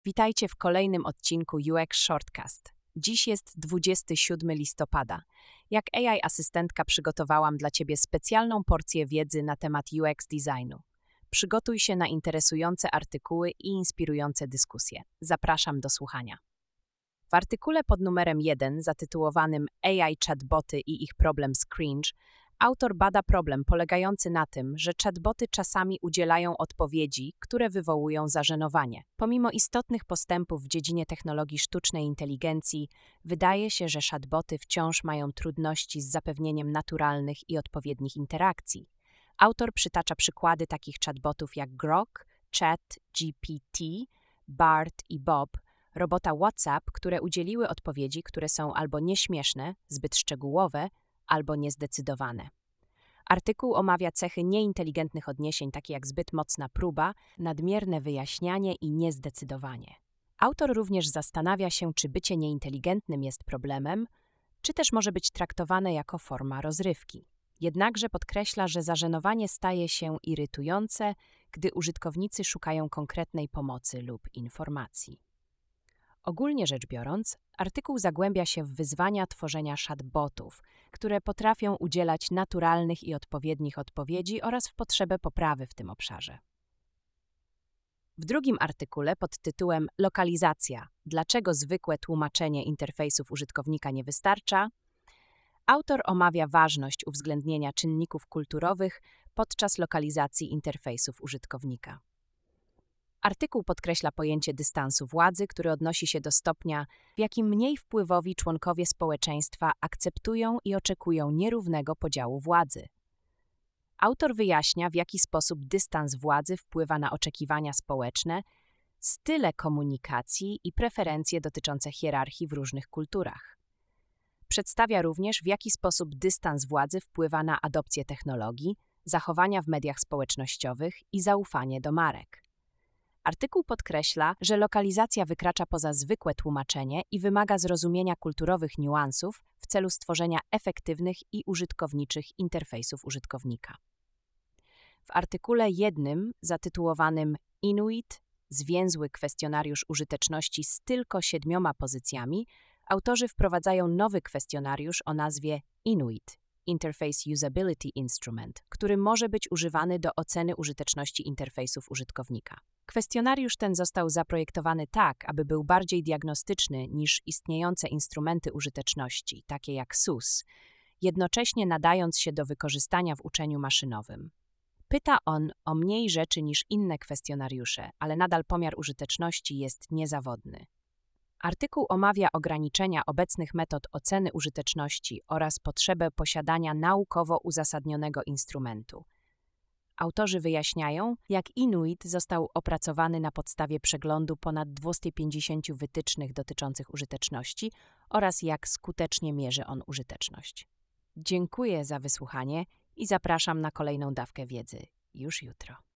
Witajcie w kolejnym odcinku UX Shortcast. Dziś jest 27 listopada. Jak AI asystentka przygotowałam dla Ciebie specjalną porcję wiedzy na temat UX designu. Przygotuj się na interesujące artykuły i inspirujące dyskusje. Zapraszam do słuchania. W artykule pod numerem 1 zatytułowanym AI chatboty i ich problem z cringe autor bada problem polegający na tym, że chatboty czasami udzielają odpowiedzi, które wywołują zażenowanie. Pomimo istotnych postępów w dziedzinie technologii sztucznej inteligencji, wydaje się, że chatboty wciąż mają trudności z zapewnieniem naturalnych i odpowiednich interakcji. Autor przytacza przykłady takich chatbotów jak Grok, ChatGPT, Bard i Bob, robota WhatsApp, które udzieliły odpowiedzi, które są albo nieśmieszne, zbyt szczegółowe, albo niezdecydowane. Artykuł omawia cechy nieinteligentnych odniesień, takie jak zbyt mocna próba, nadmierne wyjaśnianie i niezdecydowanie. Autor również zastanawia się, czy bycie nieinteligentnym jest problemem, czy też może być traktowane jako forma rozrywki. Jednakże podkreśla, że zażenowanie staje się irytujące, gdy użytkownicy szukają konkretnej pomocy lub informacji. Ogólnie rzecz biorąc, artykuł zagłębia się w wyzwania tworzenia chatbotów, które potrafią udzielać naturalnych i odpowiednich odpowiedzi oraz w potrzebę poprawy w tym obszarze. W drugim artykule pod tytułem Lokalizacja – dlaczego zwykłe tłumaczenie interfejsów użytkownika nie wystarcza? Autor omawia ważność uwzględnienia czynników kulturowych podczas lokalizacji interfejsów użytkownika. Artykuł podkreśla pojęcie dystansu władzy, który odnosi się do stopnia, w jakim mniej wpływowi członkowie społeczeństwa akceptują i oczekują nierównego podziału władzy. Autor wyjaśnia, w jaki sposób dystans władzy wpływa na oczekiwania społeczne, style komunikacji i preferencje dotyczące hierarchii w różnych kulturach. Przedstawia również, w jaki sposób dystans władzy wpływa na adopcję technologii, zachowania w mediach społecznościowych i zaufanie do marek. Artykuł podkreśla, że lokalizacja wykracza poza zwykłe tłumaczenie i wymaga zrozumienia kulturowych niuansów w celu stworzenia efektywnych i użytkowniczych interfejsów użytkownika. W artykule jednym zatytułowanym Inuit – zwięzły kwestionariusz użyteczności z tylko 7 pozycjami, autorzy wprowadzają nowy kwestionariusz o nazwie Inuit – Interface Usability Instrument, który może być używany do oceny użyteczności interfejsów użytkownika. Kwestionariusz ten został zaprojektowany tak, aby był bardziej diagnostyczny niż istniejące instrumenty użyteczności, takie jak SUS, jednocześnie nadając się do wykorzystania w uczeniu maszynowym. Pyta on o mniej rzeczy niż inne kwestionariusze, ale nadal pomiar użyteczności jest niezawodny. Artykuł omawia ograniczenia obecnych metod oceny użyteczności oraz potrzebę posiadania naukowo uzasadnionego instrumentu. Autorzy wyjaśniają, jak Inuit został opracowany na podstawie przeglądu ponad 250 wytycznych dotyczących użyteczności oraz jak skutecznie mierzy on użyteczność. Dziękuję za wysłuchanie i zapraszam na kolejną dawkę wiedzy już jutro.